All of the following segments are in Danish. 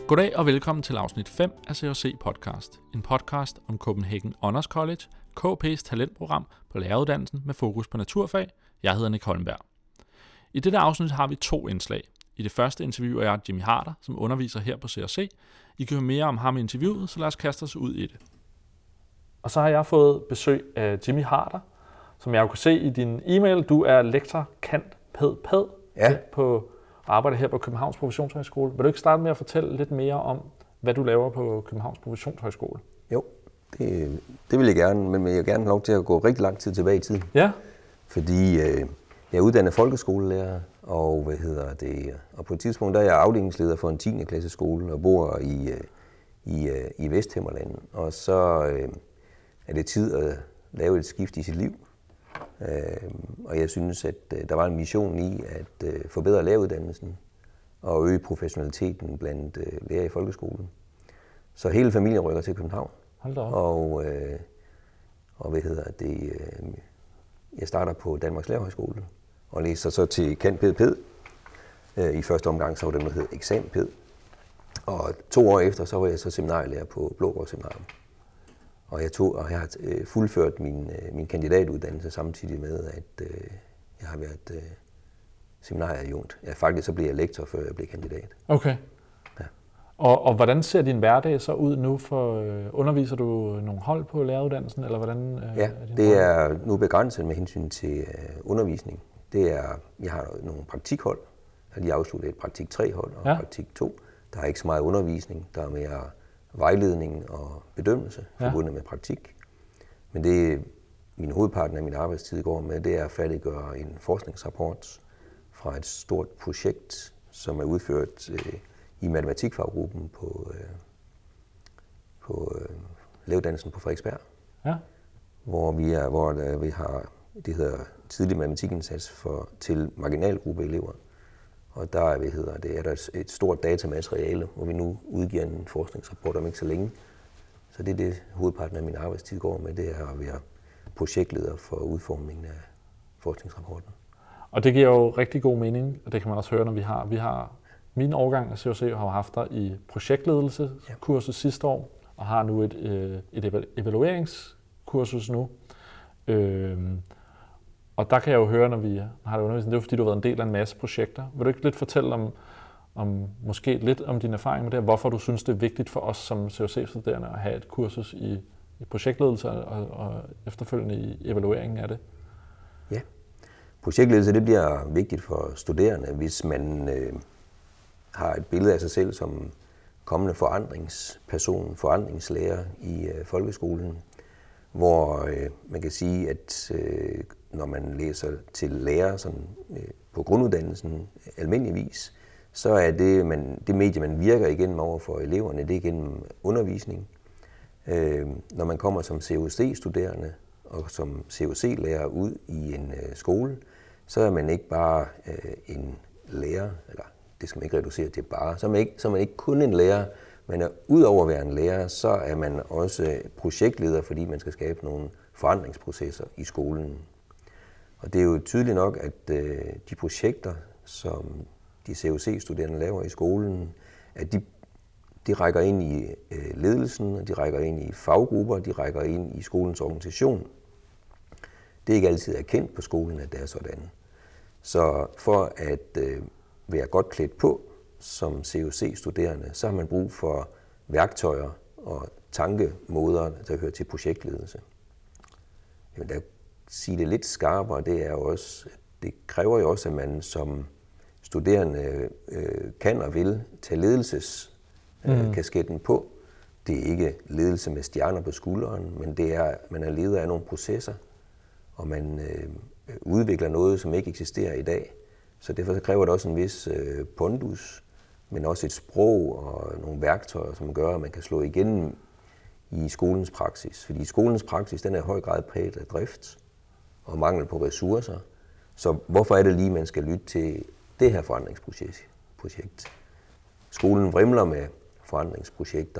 Goddag og velkommen til afsnit 5 af CHC Podcast. En podcast om Copenhagen Honors College, KP's talentprogram på læreruddannelsen med fokus på naturfag. Jeg hedder Nick Holmberg. I dette afsnit har vi 2 indslag. I det første interviewer jeg Jimmy Harder, som underviser her på CHC. I kan høre mere om ham i interviewet, så lad os kaste os ud i det. Og så har jeg fået besøg af Jimmy Harder, som jeg jo kan se i din e-mail. Du er lektor cand. Pæd. Ja. På arbejde her på Københavns Professionshøjskole. Vil du ikke starte med at fortælle lidt mere om, hvad du laver på Københavns Professionshøjskole? Jo, det vil jeg gerne, men jeg vil gerne have lov til at gå rigtig lang tid tilbage i tiden. Ja. Fordi jeg er uddannet folkeskolelærer, og og på et tidspunkt der er jeg afdelingsleder for en 10. klasse skole og bor i Vesthimmerland. Og så er det tid at lave et skift i sit liv. Og jeg synes, at der var en mission i at forbedre læreruddannelsen og øge professionaliteten blandt lærere i folkeskolen. Så hele familien rykker til København. Hold da op. Og jeg starter på Danmarks Lærerhøjskole og læser så til cand. Pæd. I første omgang så var det noget, der hed eksamen Pæd. Og 2 år efter så var jeg så seminarielærer på Blågård Seminarium. Og jeg har fuldført min kandidatuddannelse samtidig med, at jeg har været seminarieadjunkt. Ja, faktisk så blev jeg lektor, før jeg blev kandidat. Okay. Ja. Og hvordan ser din hverdag så ud nu? Underviser du nogle hold på læreruddannelsen, eller hvordan? Ja, det er nu begrænset med hensyn til undervisning. Jeg har nogle praktikhold. Jeg har lige afsluttet et praktik 3-hold og praktik 2. Der er ikke så meget undervisning, der er mere vejledning og bedømmelse forbundet med praktik. Men det min hovedparten af min arbejdstid går med, det er at færdiggøre en forskningsrapport fra et stort projekt, som er udført i matematikfaggruppen på læreruddannelsen på Frederiksberg. Ja. Hvor vi har det hedder tidlig matematikindsats til marginalgruppe elever. Og der er der et stort datamateriale, hvor vi nu udgiver en forskningsrapport om ikke så længe. Så det er det, hovedparten af min arbejdstid går med, det er at være projektleder for udformningen af forskningsrapporten. Og det giver jo rigtig god mening, og det kan man også høre, når vi har min årgang af CHC har haft der i projektledelseskurset sidste år, og har nu et evalueringskursus nu. Og der kan jeg jo høre, når vi har det undervisning, det er jo fordi, du har været en del af en masse projekter. Vil du ikke lidt fortælle måske lidt om din erfaring med det, hvorfor du synes, det er vigtigt for os som CHC-studerende at have et kursus i projektledelse og efterfølgende i evalueringen af det? Ja, projektledelse det bliver vigtigt for studerende, hvis man har et billede af sig selv som kommende forandringsperson, forandringslærer i folkeskolen, hvor man kan sige, at når man læser til lærer sådan, på grunduddannelsen almindeligvis, så er det medie, man virker igennem over for eleverne, det er igennem undervisning. Når man kommer som CUC-studerende og som CUC-lærer ud i en skole, så er man ikke bare en lærer, eller det skal man ikke reducere til bare, så er man ikke kun en lærer, men udover at være en lærer, så er man også projektleder, fordi man skal skabe nogle forandringsprocesser i skolen. Og det er jo tydeligt nok, at de projekter, som de CUC-studerende laver i skolen, at de rækker ind i ledelsen, de rækker ind i faggrupper, de rækker ind i skolens organisation. Det er ikke altid erkendt på skolen, at det er sådan. Så for at være godt klædt på som CUC-studerende, så har man brug for værktøjer og tankemåder, der hører til projektledelse. Jeg vil da sige det lidt skarpere, det kræver jo også, at man som studerende kan og vil tage ledelseskasketten på. Det er ikke ledelse med stjerner på skulderen, men det er, at man er leder af nogle processer, og man udvikler noget, som ikke eksisterer i dag. Så derfor så kræver det også en vis pondus, men også et sprog og nogle værktøjer, som gør, at man kan slå igennem i skolens praksis. Fordi skolens praksis, den er i høj grad præget af drift og mangel på ressourcer. Så hvorfor er det lige, man skal lytte til det her forandringsprojekt? Skolen vrimler med forandringsprojekter.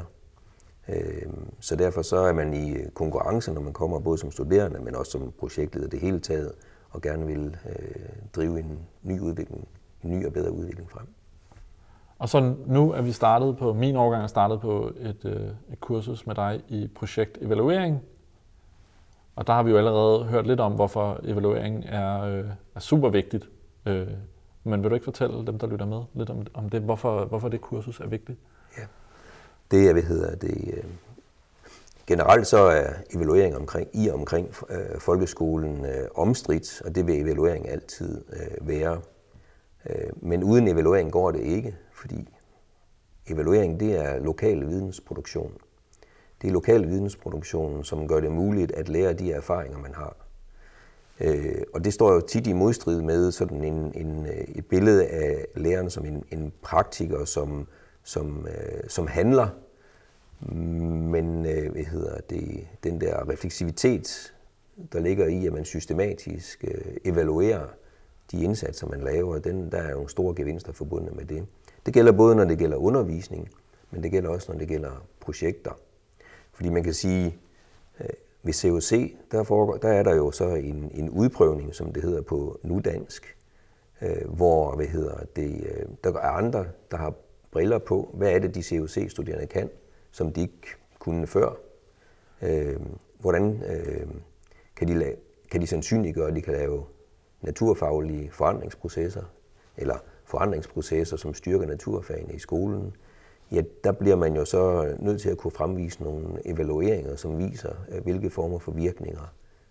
Så derfor så er man i konkurrence, når man kommer både som studerende, men også som projektleder det hele taget, og gerne vil drive en ny udvikling, en ny og bedre udvikling frem. Og så nu er vi startet på, min årgang er startet på et kursus med dig i projektevaluering. Og der har vi jo allerede hørt lidt om, hvorfor evaluering er super vigtigt. Men vil du ikke fortælle dem, der lytter med, lidt om det, hvorfor det kursus er vigtigt? Ja, det er, generelt så er evaluering omkring folkeskolen omstridt, og det vil evaluering altid være. Men uden evaluering går det ikke, fordi evaluering det er lokal vidensproduktion. Det er lokal vidensproduktion, som gør det muligt at lære de erfaringer, man har. Og det står jo tit i modstrid med sådan et billede af læreren som en praktiker, som handler. Men den der refleksivitet, der ligger i, at man systematisk evaluerer de indsatser, man laver, der er jo store gevinster forbundet med det. Det gælder både, når det gælder undervisning, men det gælder også, når det gælder projekter. Fordi man kan sige, ved COC, der er der jo så en udprøvning, som det hedder på nudansk, hvor der er andre, der har briller på, hvad er det, de COC-studerende kan, som de ikke kunne før. Hvordan kan de sandsynliggøre, at de kan lave naturfaglige forandringsprocesser, eller forandringsprocesser, som styrker naturfagene i skolen. Ja, der bliver man jo så nødt til at kunne fremvise nogle evalueringer, som viser, hvilke former for virkninger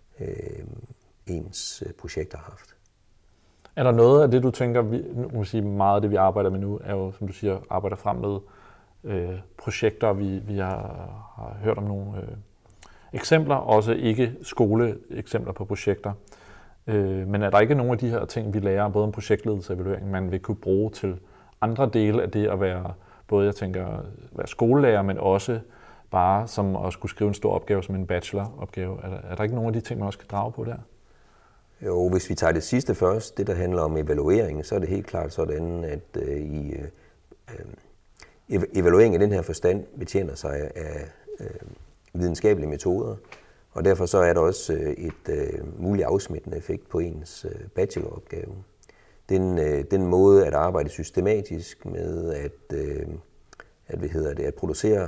ens projekt har haft. Er der noget af det, du tænker, nu må sige meget af det, vi arbejder med nu, er jo, som du siger, arbejder frem med projekter. Vi har hørt om nogle eksempler, også ikke skoleeksempler på projekter. Men er der ikke nogen af de her ting, vi lærer, både om projektledelse og evaluering, man vil kunne bruge til andre dele af det at være, både jeg tænker, være skolelærer, men også bare som at skulle skrive en stor opgave som en bacheloropgave? Er der ikke nogen af de ting, man også kan drage på der? Jo, hvis vi tager det sidste først, det der handler om evaluering, så er det helt klart sådan, at evaluering i den her forstand betjener sig af videnskabelige metoder, og derfor så er der også et muligt afsmittende effekt på ens bacheloropgave. Den måde at arbejde systematisk med at producere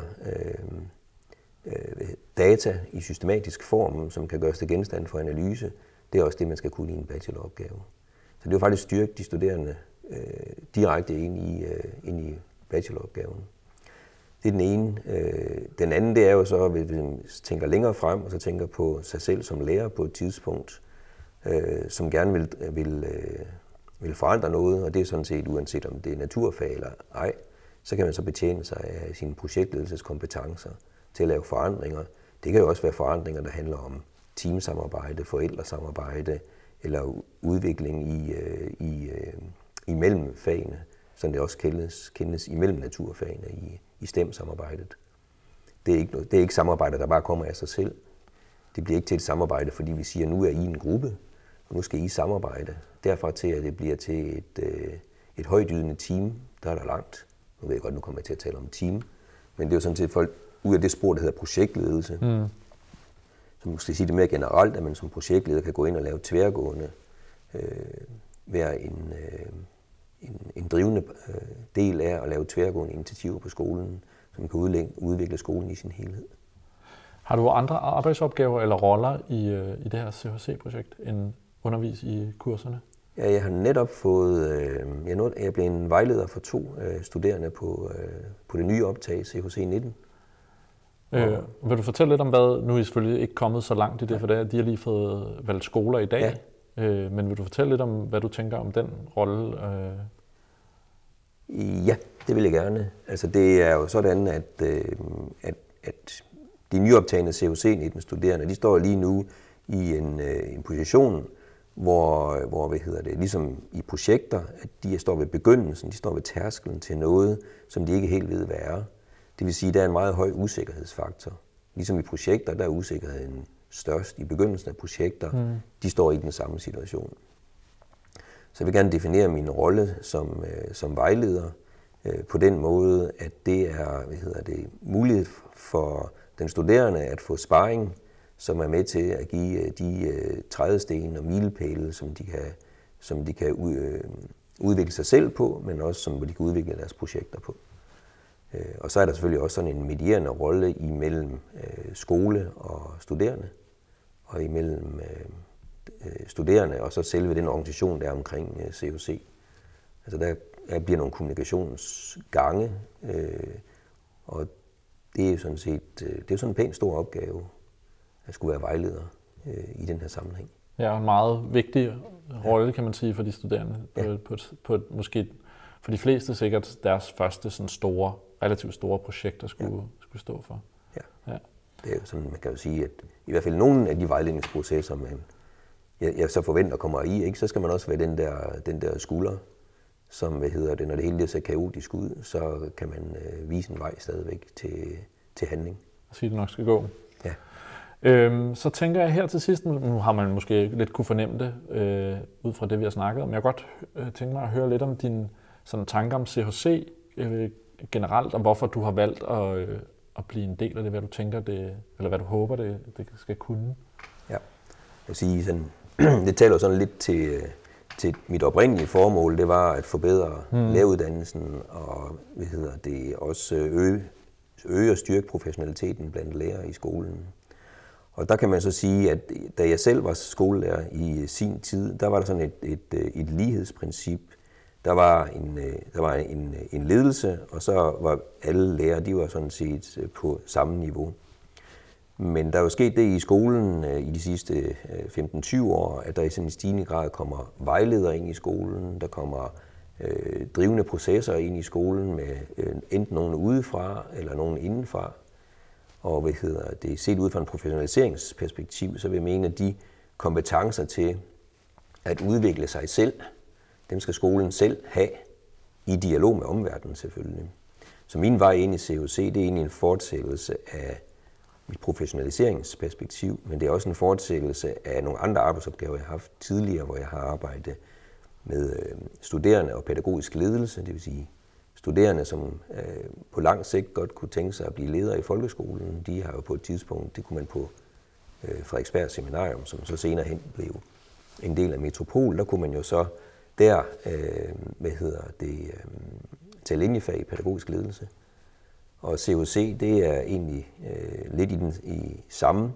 data i systematisk form, som kan gøres til genstand for analyse, det er også det, man skal kunne i en bacheloropgave. Så det er jo faktisk styrke de studerende direkte ind i bacheloropgaven. Det er den ene. Den anden, det er jo så, hvis man tænker længere frem, og så tænker på sig selv som lærer på et tidspunkt, som gerne vil forandre noget, og det er sådan set uanset om det er naturfag eller ej, så kan man så betjene sig af sine projektledelseskompetencer til at lave forandringer. Det kan jo også være forandringer, der handler om teamsamarbejde, forældresamarbejde eller udvikling i mellemfagene, som det også kendes imellem naturfagene i STEM-samarbejdet. Det er ikke samarbejde, der bare kommer af sig selv. Det bliver ikke til et samarbejde, fordi vi siger, at nu er I en gruppe, og nu skal I samarbejde. Derfra til, at det bliver til et højdydende team, der er der langt. Nu ved jeg godt, nu kommer jeg til at tale om team, men det er jo sådan set folk ud af det spor, der hedder projektledelse. Så måske sige det mere generelt, at man som projektleder kan gå ind og lave tværgående, være en drivende del af at lave tværgående initiativer på skolen, som kan udvikle skolen i sin helhed. Har du andre arbejdsopgaver eller roller i det her CHC-projekt end undervis i kurserne? Ja, jeg har netop fået, jeg blev en vejleder for 2 studerende på det nye optag CHC 19. Vil du fortælle lidt om hvad, nu er I selvfølgelig ikke kommet så langt i det, for de har lige fået valgt skoler i dag, men vil du fortælle lidt om, hvad du tænker om den rolle? Ja, det vil jeg gerne. Altså det er jo sådan, at de nyoptagende CHC 19 studerende, de står lige nu i en position, hvor ligesom i projekter, at de står ved begyndelsen, de står ved tærsklen til noget, som de ikke helt ved, hvad er. Det vil sige, at der er en meget høj usikkerhedsfaktor. Ligesom i projekter, der er usikkerheden størst i begyndelsen af projekter. De står i den samme situation. Så jeg vil gerne definere min rolle som vejleder på den måde, at det er mulighed for den studerende at få sparring, som er med til at give de trædesten og milepæle, som de kan udvikle sig selv på, men også som de kan udvikle deres projekter på. Og så er der selvfølgelig også sådan en medierende rolle imellem skole og studerende, og imellem studerende og så selve den organisation, der er omkring COC. Altså der bliver nogle kommunikationsgange, og det er jo sådan set sådan en pænt stor opgave at skulle være vejleder i den her sammenhæng. Ja, en meget vigtig rolle, kan man sige, for de studerende. Ja. På måske for de fleste sikkert deres første sådan relativt store projekter skulle stå for. Ja. Det er jo sådan, man kan jo sige, at i hvert fald nogle af de vejledningsprocesser, jeg så forventer kommer i, ikke, så skal man også være den der skulder, som, når det hele ser kaotisk ud, så kan man vise en vej stadigvæk til handling. Og sige, det nok skal gå. Ja. Så tænker jeg her til sidst, nu har man måske lidt kunne fornemme det, ud fra det, vi har snakket om. Jeg kunne godt tænke mig at høre lidt om dine sådan, tanker om CHC generelt, og hvorfor du har valgt at blive en del af det, hvad du tænker det, eller hvad du håber, det skal kunne. Ja, jeg vil sige sådan, det taler sådan lidt til mit oprindelige formål, det var at forbedre læreruddannelsen og også øge og styrke professionaliteten blandt lærere i skolen. Og der kan man så sige, at da jeg selv var skolelærer i sin tid, der var der sådan et lighedsprincip. Der var en ledelse, og så var alle lærere, de var sådan set på samme niveau. Men der er jo sket det i skolen i de sidste 15-20 år, at der i sådan en stigende grad kommer vejledere ind i skolen, der kommer drivende processer ind i skolen med enten nogen udefra eller nogen indenfra. Og det set ud fra en professionaliseringsperspektiv, så vil jeg mene, at de kompetencer til at udvikle sig selv, dem skal skolen selv have i dialog med omverdenen selvfølgelig. Så min vej ind i COC, det er egentlig en fortsættelse af mit professionaliseringsperspektiv, men det er også en fortsættelse af nogle andre arbejdsopgaver, jeg har haft tidligere, hvor jeg har arbejdet med studerende og pædagogisk ledelse, det vil sige studerende, som på lang sigt godt kunne tænke sig at blive ledere i folkeskolen. De har jo på et tidspunkt, det kunne man på Frederiksberg Seminarium, som så senere hen blev en del af Metropol, der kunne man jo så tage linjefag i pædagogisk ledelse. Og COC, det er egentlig lidt i samme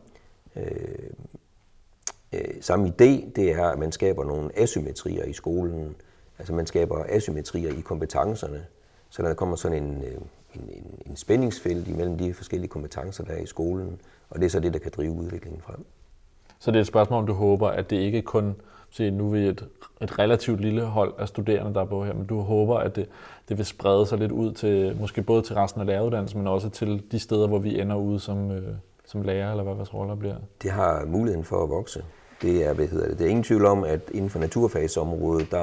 idé, det er, at man skaber nogle asymmetrier i skolen. Altså man skaber asymmetrier i kompetencerne, så der kommer sådan en spændingsfelt imellem de forskellige kompetencer, der er i skolen, og det er så det, der kan drive udviklingen frem. Så det er et spørgsmål, om du håber, at det ikke kun, nu er vi et relativt lille hold af studerende, der er på her, men du håber, at det vil sprede sig lidt ud til, måske både til resten af læreruddannelsen, men også til de steder, hvor vi ender ude som lærer, eller hvad vores roller bliver? Det har muligheden for at vokse. Det er, det er ingen tvivl om, at inden for naturfagsområdet,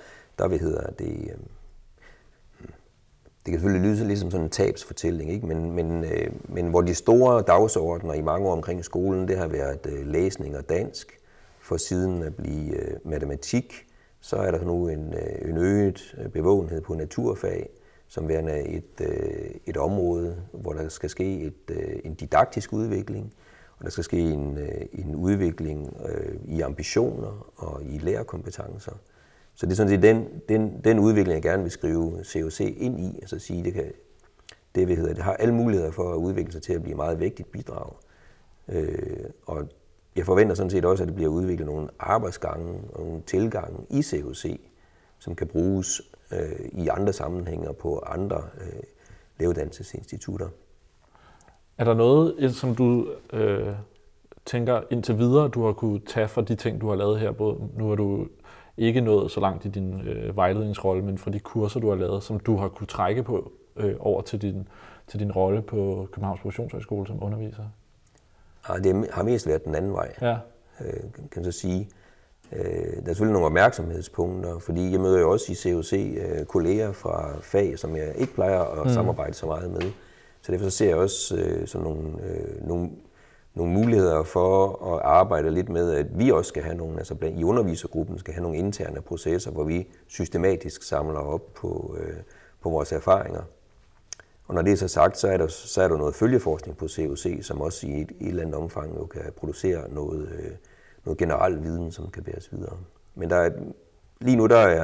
det kan selvfølgelig lyde lidt som sådan en tabsfortælling, ikke? Men hvor de store dagsordner i mange år omkring skolen, det har været læsning og dansk. For siden at blive matematik, så er der nu en øget bevågenhed på naturfag, som værende et område, hvor der skal ske en didaktisk udvikling, og der skal ske en udvikling i ambitioner og i lærerkompetencer. Så det er sådan set den udvikling, jeg gerne vil skrive COC ind i, altså sige, det har alle muligheder for at udvikle sig til at blive et meget vigtigt bidrag. Og jeg forventer sådan set også, at det bliver udviklet nogle arbejdsgange og nogle tilgange i COC, som kan bruges i andre sammenhænge på andre læreruddannelsesinstitutter. Er der noget, som du tænker indtil videre, du har kunne tage fra de ting, du har lavet her? Både nu har du ikke nået så langt i din vejledningsrolle, men fra de kurser, du har lavet, som du har kunne trække på over til din rolle på Københavns Professionshøjskole som underviser? Det har mest været den anden vej, kan man så sige. Der er selvfølgelig nogle opmærksomhedspunkter, fordi jeg møder jo også i COC kolleger fra fag, som jeg ikke plejer at samarbejde så meget med. Så derfor ser jeg også sådan nogle muligheder for at arbejde lidt med, at vi også skal have nogle, altså i undervisergruppen skal have nogle interne processer, hvor vi systematisk samler op på vores erfaringer. Og når det er så sagt, så er der noget følgeforskning på COC, som også i et eller andet omfang jo kan producere noget generel viden, som kan bæres videre. Men lige nu der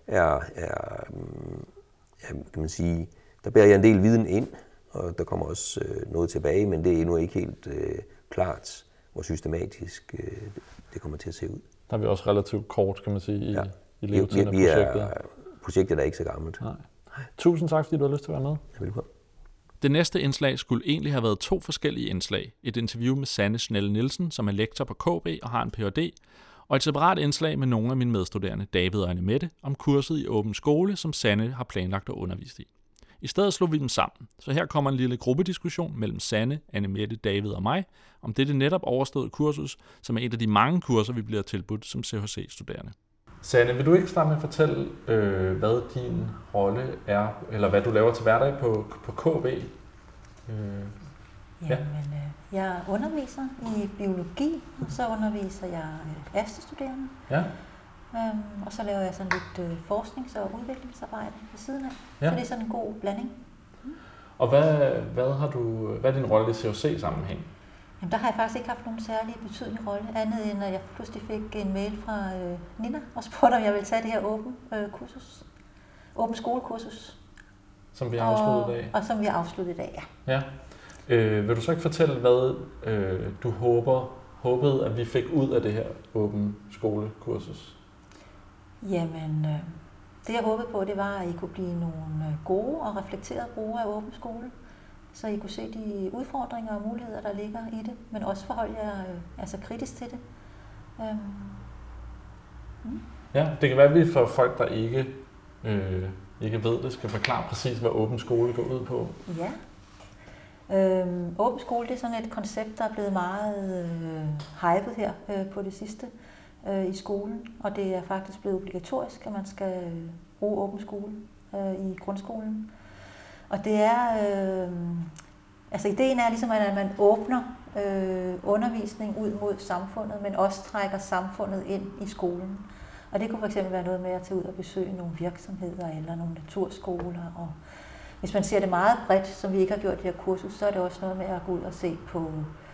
kan man sige, der bærer jeg en del viden ind, og der kommer også noget tilbage, men det er endnu ikke helt klart, hvor systematisk det kommer til at se ud. Der er vi også relativt kort, kan man sige, i levetiden af projektet. Projektet er ikke så gammelt. Nej. Tusind tak, fordi du har lyst til at være med. Ja, velkommen. Det næste indslag skulle egentlig have været 2 forskellige indslag. Et interview med Sanne Schnelle Nielsen, som er lektor på KB og har en Ph.D., og et separat indslag med nogle af mine medstuderende, David og Annemette, om kurset i åben skole, som Sanne har planlagt at undervise i. I stedet slog vi dem sammen, så her kommer en lille gruppediskussion mellem Sanne, Annemette, David og mig, om det netop overståede kursus, som er et af de mange kurser, vi bliver tilbudt som CHC-studerende. Sanne, vil du ikke starte med at fortælle, hvad din rolle er, eller hvad du laver til hverdag på KB? Jeg underviser i biologi, og så underviser jeg ASTE-studerende. Ja. Og så laver jeg sådan lidt forsknings- og udviklingsarbejde ved siden af. Ja. Så det er sådan en god blanding. Og hvad er din rolle i CHC-sammenhæng? Jamen, der har jeg faktisk ikke haft nogen særlig betydelig rolle, andet end at jeg pludselig fik en mail fra Nina og spurgte, om jeg ville tage det her åben skolekursus. Som vi har afsluttet i dag. Og som vi har afsluttet i dag, ja. Vil du så ikke fortælle, hvad du håbede, at vi fik ud af det her åben skolekursus? Jamen, det jeg håbede på, det var, at I kunne blive nogle gode og reflekterede brugere af åben skole, så I kunne se de udfordringer og muligheder, der ligger i det, men også forholde jer kritisk til det. Ja, det kan være, at vi for folk, der ikke ved det, skal forklare præcis, hvad åben skole går ud på. Ja. Åben skole, det er sådan et koncept, der er blevet meget hypet her på det sidste i skolen, og det er faktisk blevet obligatorisk, at man skal bruge åben skole i grundskolen. Og det er, ideen er ligesom, at man åbner undervisning ud mod samfundet, men også trækker samfundet ind i skolen. Og det kunne fx være noget med at tage ud og besøge nogle virksomheder eller nogle naturskoler. Og hvis man ser det meget bredt, som vi ikke har gjort i det her kursus, så er det også noget med at gå ud og se på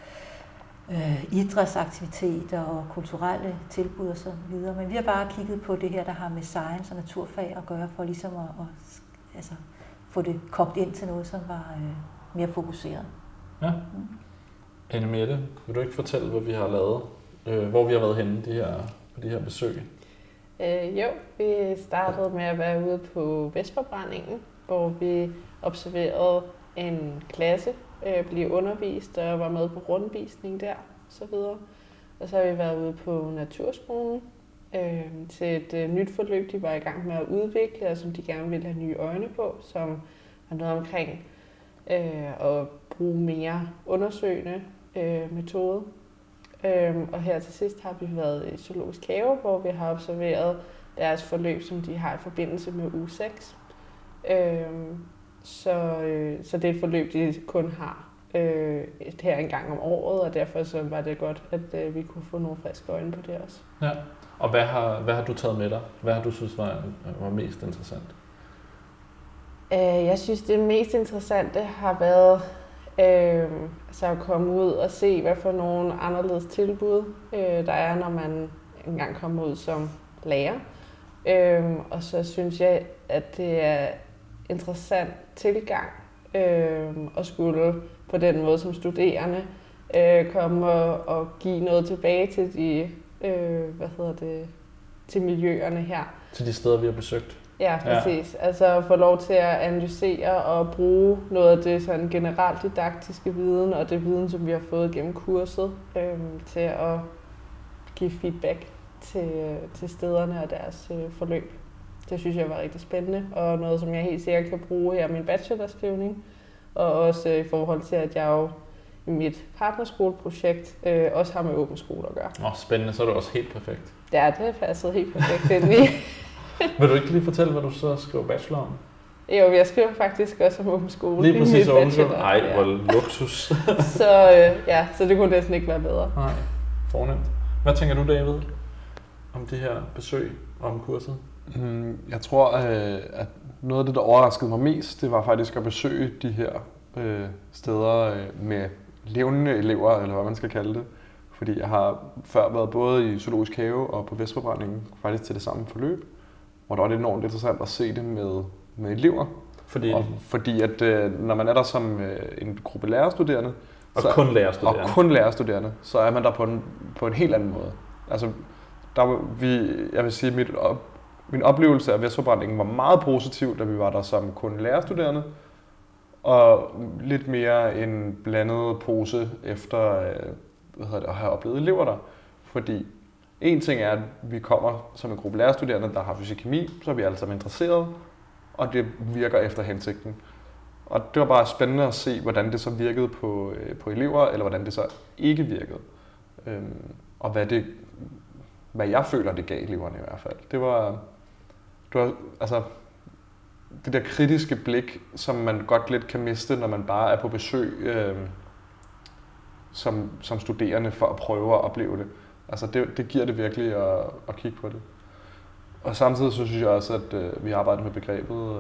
idrætsaktiviteter og kulturelle tilbud og så videre. Men vi har bare kigget på det her, der har med science og naturfag at gøre, for ligesom at få det kogt ind til noget, som var mere fokuseret. Ja. Annemette, vil du ikke fortælle, hvad vi har lavet? Hvor vi har været henne på de her besøg? Jo, vi startede med at være ude på Vestforbrændingen, hvor vi observerede en klasse blive undervist og var med på rundvisning der, så videre. Og så har vi været ude på Naturskolen til et nyt forløb, de var i gang med at udvikle, og som de gerne ville have nye øjne på, som var noget omkring at bruge mere undersøgende metode. Og her til sidst har vi været i Zoologisk Have, hvor vi har observeret deres forløb, som de har i forbindelse med uge 6. Så det er et forløb, de kun har her en gang om året, og derfor så var det godt, at vi kunne få nogle friske øjne på det også. Ja. Og hvad har du taget med dig? Hvad har du synes var mest interessant? Jeg synes, det mest interessante har været at komme ud og se, hvad for nogle anderledes tilbud der er, når man engang kommer ud som lærer. Og så synes jeg, at det er interessant tilgang at skulle på den måde som studerende komme og give noget tilbage til de til miljøerne her. Til de steder, vi har besøgt. Ja, præcis. Ja. Altså få lov til at analysere og bruge noget af det sådan generelt didaktiske viden og det viden, som vi har fået gennem kurset, til at give feedback til stederne og deres forløb. Det synes jeg var rigtig spændende, og noget, som jeg helt sikkert kan bruge her i min bachelorskrivning, og også i forhold til, at jeg jo i mit partnerskoleprojekt også har med åben skole at gøre. Spændende, så er det også helt perfekt. Ja, det passede helt perfekt ind i. Vil du ikke lige fortælle, hvad du så skriver bachelor om? Jo, jeg skriver faktisk også om åben skole. Lige præcis åben skole? Ej, hvor luksus. Så det kunne næsten ikke være bedre. Nej, fornemt. Hvad tænker du, David, om det her besøg om kurset? Jeg tror, at noget af det, der overraskede mig mest, det var faktisk at besøge de her steder med levende elever, eller hvad man skal kalde det. Fordi jeg har før været både i Zoologisk Have og på Vestforbrændingen, faktisk til det samme forløb. hvor det var enormt interessant at se det med elever. Fordi at når man er der som en gruppe lærerstuderende, kun lærerstuderende, så er man der på en helt anden måde. Altså, jeg vil sige, min oplevelse af Vestforbrændingen var meget positiv, da vi var der som kun lærerstuderende, og lidt mere en blandet pose efter at have oplevet elever der. Fordi en ting er, at vi kommer som en gruppe lærerstuderende, der har fysik-kemi, så er vi alle sammen interesserede, og det virker efter hensigten. Og det var bare spændende at se, hvordan det så virkede på elever, eller hvordan det så ikke virkede. Og hvad jeg føler, det gav eleverne i hvert fald. Det var altså det der kritiske blik, som man godt lidt kan miste, når man bare er på besøg som studerende for at prøve at opleve det. Altså det giver det virkelig at kigge på det. Og samtidig så synes jeg også, at vi arbejder med begrebet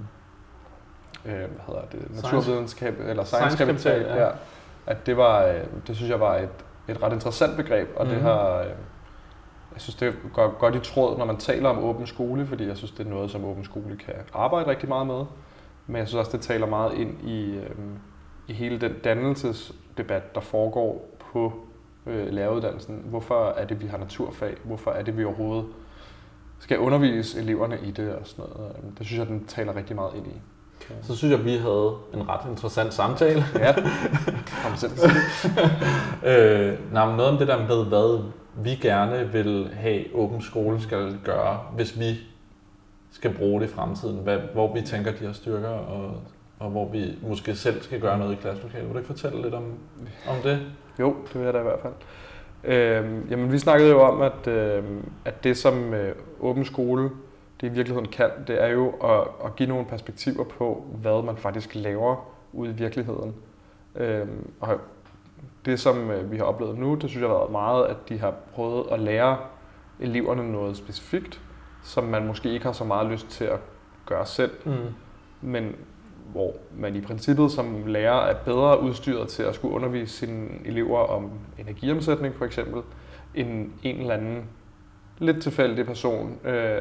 naturvidenskab eller science kapital. Ja. At det synes jeg var et ret interessant begreb, og det har jeg synes det går godt i tråd, når man taler om åben skole, fordi jeg synes det er noget, som åben skole kan arbejde rigtig meget med. Men jeg synes også det taler meget ind i hele den dannelsesdebat, der foregår på læreruddannelsen. Hvorfor er det vi har naturfag? Hvorfor er det vi overhovedet skal undervise eleverne i det og sådan noget? Det synes jeg den taler rigtig meget ind i. Så synes jeg, vi havde en ret interessant samtale. Ja, kom selv til det. Noget om det der med, hvad vi gerne vil have åben skole skal gøre, hvis vi skal bruge det i fremtiden. Hvor vi tænker, de har styrker, og hvor vi måske selv skal gøre noget i klasselokalet. Vil du ikke fortælle lidt om det? Jo, det vil jeg da i hvert fald. Jamen, vi snakkede jo om, at det som åben skole det i virkeligheden kan, det er jo at give nogle perspektiver på, hvad man faktisk laver ude i virkeligheden. Og det, som vi har oplevet nu, det synes jeg har været meget, at de har prøvet at lære eleverne noget specifikt, som man måske ikke har så meget lyst til at gøre selv. Men hvor man i princippet som lærer er bedre udstyret til at skulle undervise sine elever om energiomsætning for eksempel, end en eller anden lidt tilfældig person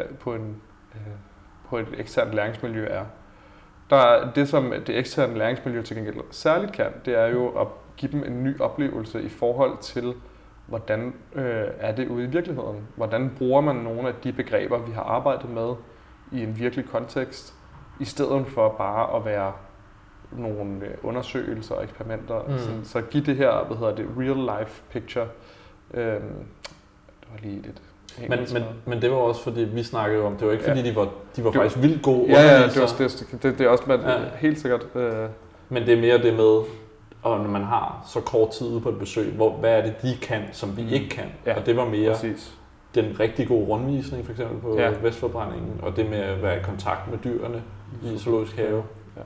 på et eksternt læringsmiljø er. Det, som det eksterne læringsmiljø til gengæld særligt kan, det er jo at give dem en ny oplevelse i forhold til, hvordan er det ude i virkeligheden. Hvordan bruger man nogle af de begreber, vi har arbejdet med i en virkelig kontekst, i stedet for bare at være nogle undersøgelser og eksperimenter. Så give det her, real life picture. Det var lige lidt... Men det var også fordi, vi snakkede om, det var ikke fordi, de var faktisk vildt gode undervisere. Det er også helt sikkert. Men det er mere det med, og når man har så kort tid ude på et besøg, hvad er det, de kan, som vi ikke kan? Ja, og det var mere den rigtig gode rundvisning, for eksempel på Vestforbrændingen, og det med at være i kontakt med dyrene i Zoologisk Have,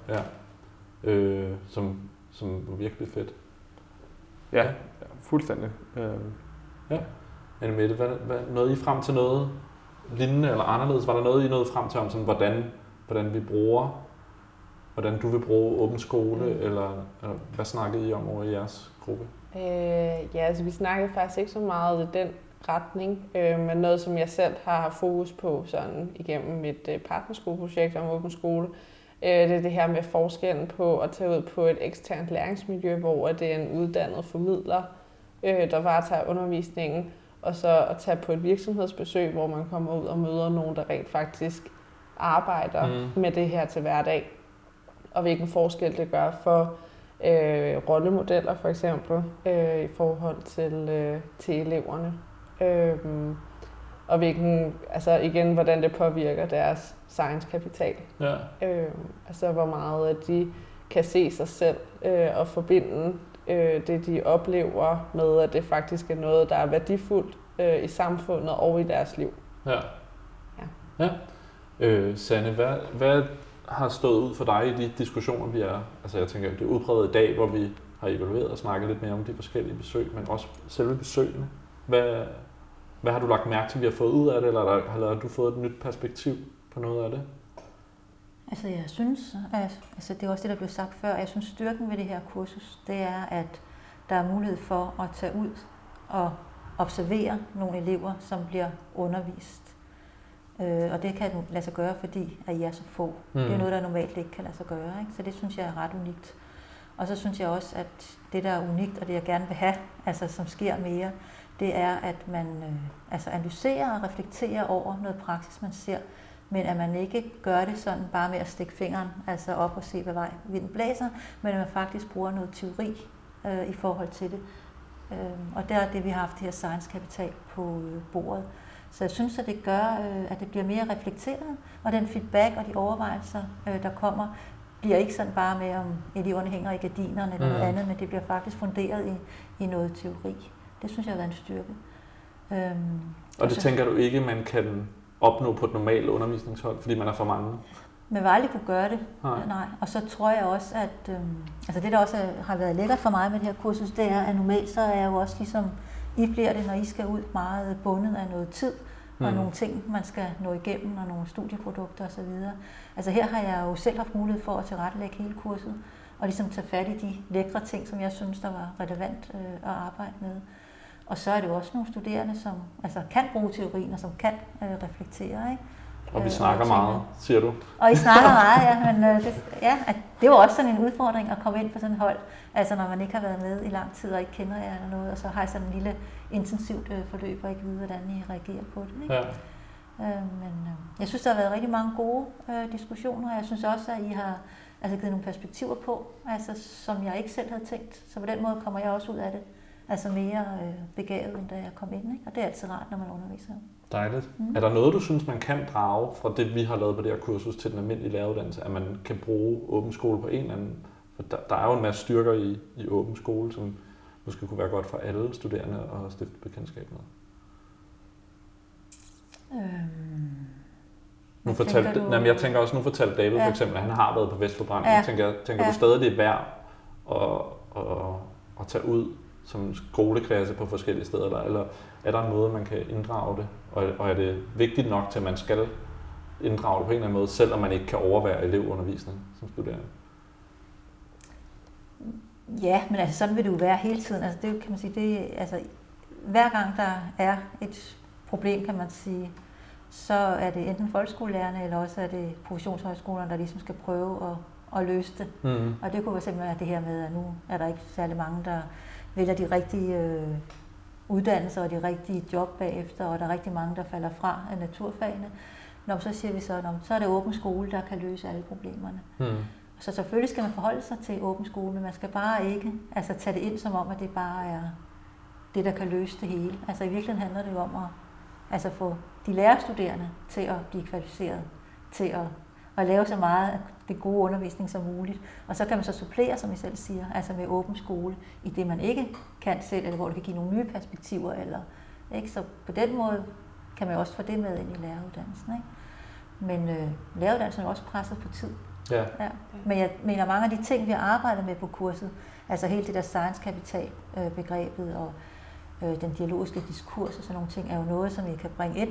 som var virkelig fedt. Ja, fuldstændig. Anne-Mette, hvad nåede I frem til noget lignende eller anderledes? Var der noget, I nåede frem til om, sådan, hvordan vi bruger, hvordan du vil bruge åben skole, eller hvad snakkede I om over i jeres gruppe? Altså vi snakkede faktisk ikke så meget i den retning, men noget, som jeg selv har haft fokus på sådan igennem mit partnerskoleprojekt om åben skole, det er det her med forskellen på at tage ud på et eksternt læringsmiljø, hvor det er en uddannet formidler, der varetager undervisningen, og så at tage på et virksomhedsbesøg, hvor man kommer ud og møder nogen, der rent faktisk arbejder med det her til hverdag. Og hvilken forskel det gør for rollemodeller for eksempel i forhold til eleverne. Og hvordan det påvirker deres science-kapital. Ja. Altså hvor meget at de kan se sig selv og forbinde det, de oplever med, at det faktisk er noget, der er værdifuldt i samfundet og i deres liv. Sanne, hvad har stået ud for dig i de diskussioner, vi er? Altså jeg tænker, det er udpræget i dag, hvor vi har evalueret og snakket lidt mere om de forskellige besøg, men også selve besøgene. Hvad har du lagt mærke til, vi har fået ud af det, eller har du fået et nyt perspektiv på noget af det? Altså jeg synes, det er også det, der blev sagt før, jeg synes styrken ved det her kursus, det er, at der er mulighed for at tage ud og observere nogle elever, som bliver undervist. Og det kan lade sig gøre, fordi at I er så få. Det er noget, der normalt ikke kan lade sig gøre. Ikke? Så det synes jeg er ret unikt. Og så synes jeg også, at det, der er unikt, og det jeg gerne vil have, altså som sker mere, det er, at man analyserer og reflekterer over noget praksis, man ser, men at man ikke gør det sådan bare med at stikke fingeren op og se, hvad vej vinden blæser, men at man faktisk bruger noget teori i forhold til det. Og der er det, vi har haft det her science kapital på bordet. Så jeg synes, at det gør, at det bliver mere reflekteret, og den feedback og de overvejelser, der kommer, bliver ikke sådan bare med, om eleverne hænger i gardinerne eller noget andet, men det bliver faktisk funderet i noget teori. Det synes jeg har været en styrke. Og det tænker du ikke, man kan opnå på et normalt undervisningshold, fordi man er for mange? Man vil aldrig kunne gøre det. Nej. Og så tror jeg også, at det, der også har været lækkert for mig med det her kursus, det er, at normalt så er jeg jo også ligesom, I bliver det, når I skal ud, meget bundet af noget tid, og nogle ting, man skal nå igennem, og nogle studieprodukter osv. Altså her har jeg jo selv haft mulighed for at tilrettelægge hele kurset, og ligesom tage fat i de lækre ting, som jeg synes, der var relevant at arbejde med. Og så er det jo også nogle studerende, som kan bruge teorien, og som kan reflektere, ikke? Og vi snakker meget, siger du. Og I snakker meget, ja. Men det var også sådan en udfordring at komme ind på sådan et hold. Altså når man ikke har været med i lang tid og ikke kender jer eller noget, og så har I sådan en lille intensivt forløb og ikke vide, hvordan I reagerer på det. Ikke? Ja. Men jeg synes, der har været rigtig mange gode diskussioner, og jeg synes også, at I har givet nogle perspektiver på, som jeg ikke selv havde tænkt. Så på den måde kommer jeg også ud af det, mere begavet, end da jeg kom ind. Ikke? Og det er altid rart, når man underviser. Dejligt. Er der noget, du synes, man kan drage fra det, vi har lavet på det her kursus til den almindelige læreruddannelse, at man kan bruge åben skole på en eller anden? For der er jo en masse styrker i åben skole, som måske kunne være godt for alle studerende at stifte bekendtskab med. Jeg tænker også, nu fortalte David for eksempel, at han har været på Vestforbrænding. Ja. Tænker du stadig, det er værd at tage ud som skoleklasse på forskellige steder, eller er der en måde, man kan inddrage det? Og er det vigtigt nok til, at man skal inddrage det på en eller anden måde, selvom man ikke kan overvære elevundervisning som studerende? Ja, men sådan vil det jo være hele tiden. Det kan man sige, hver gang der er et problem, kan man sige, så er det enten folkeskolelærerne, eller også er det professionshøjskolerne, der ligesom skal prøve at løse det. Og det kunne simpelthen være det her med, at nu er der ikke særlig mange, der vælger de rigtige uddannelser og de rigtige job bagefter, og der er rigtig mange, der falder fra af naturfagene. Så siger vi så er det åben skole, der kan løse alle problemerne. Så selvfølgelig skal man forholde sig til åben skole, men man skal bare ikke tage det ind som om, at det bare er det, der kan løse det hele. I virkeligheden handler det jo om at få de lærerstuderende til at blive kvalificeret, til at lave så meget af det gode undervisning som muligt. Og så kan man så supplere, som I selv siger, med åben skole, i det man ikke kan selv, eller hvor det kan give nogle nye perspektiver. Ikke? Så på den måde kan man også få det med ind i læreruddannelsen. Ikke? Men læreruddannelsen er også presset på tid. Ja. Men jeg mener, mange af de ting, vi har arbejdet med på kurset, hele det der science kapital begrebet og den dialogiske diskurs og sådan nogle ting, er jo noget, som I kan bringe ind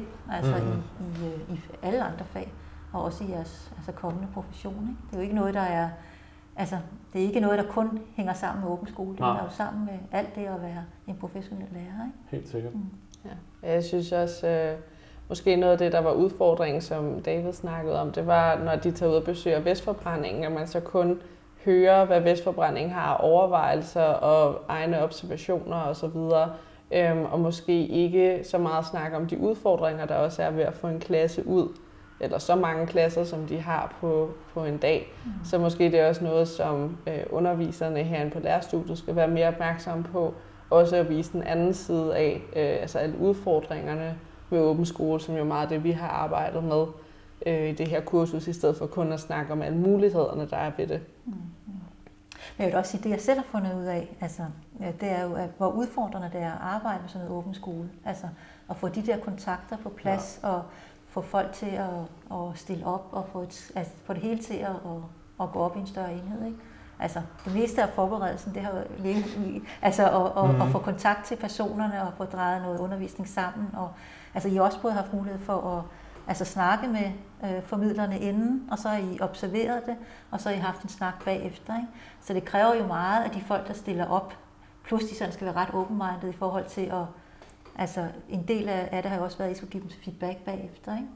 i alle andre fag, og også i jeres kommende profession. Ikke? Det er jo ikke noget, der er, det er ikke noget, der kun hænger sammen med åben skole. Det hænger jo sammen med alt det at være en professionel lærer. Ikke? Helt sikkert. Ja. Jeg synes også, måske noget af det, der var udfordringen, som David snakkede om, det var, når de tager ud og besøger Vestforbrændingen, at man så kun hører, hvad Vestforbrændingen har overvejelser og egne observationer osv., og måske ikke så meget snakke om de udfordringer, der også er ved at få en klasse ud, eller så mange klasser, som de har på en dag. Så måske det er også noget, som underviserne herinde på lærerstudiet skal være mere opmærksomme på, også at vise den anden side af, alle udfordringerne med åben skole, som jo meget det, vi har arbejdet med i det her kursus, i stedet for kun at snakke om alle mulighederne, der er ved det. Men jeg vil også sige, det jeg selv har fundet ud af, det er jo, hvor udfordrende det er at arbejde med sådan en åben skole. At få de der kontakter på plads, og få folk til at stille op, og få det hele til at gå op i en større enhed. Ikke? Det meste af forberedelsen, det har jo ligget i, at få kontakt til personerne, og få drejet noget undervisning sammen. Og, I har også både haft mulighed for at snakke med formidlerne inden, og så har I observeret det, og så har I haft en snak bagefter. Ikke? Så det kræver jo meget af de folk, der stiller op, plus de sådan skal være ret open-minded i forhold til at, en del af det har jo også været, at I skulle give dem feedback bagefter. Ikke?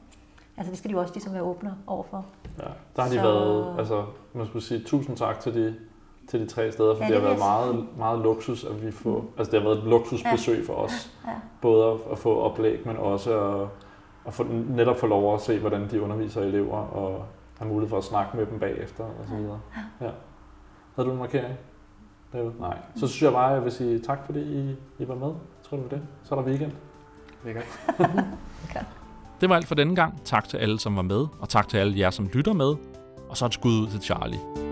Altså det skal de jo også ligesom være åbne overfor. Ja, der har de været, altså man skulle sige tusind tak til de 3 steder, for det har været meget, meget luksus, at vi får, altså det har været et luksusbesøg for os. Ja. Både at få oplæg, men også at netop få lov at se, hvordan de underviser elever, og have mulighed for at snakke med dem bagefter, og så videre. Ja. Havde du en markering? Nej. Så synes jeg bare, at jeg vil sige tak, fordi I var med. Jeg tror, det var det. Så er der weekend. Lækkert. Okay. Det var alt for denne gang. Tak til alle, som var med, og tak til alle jer, som lytter med. Og så et skud ud til Charlie.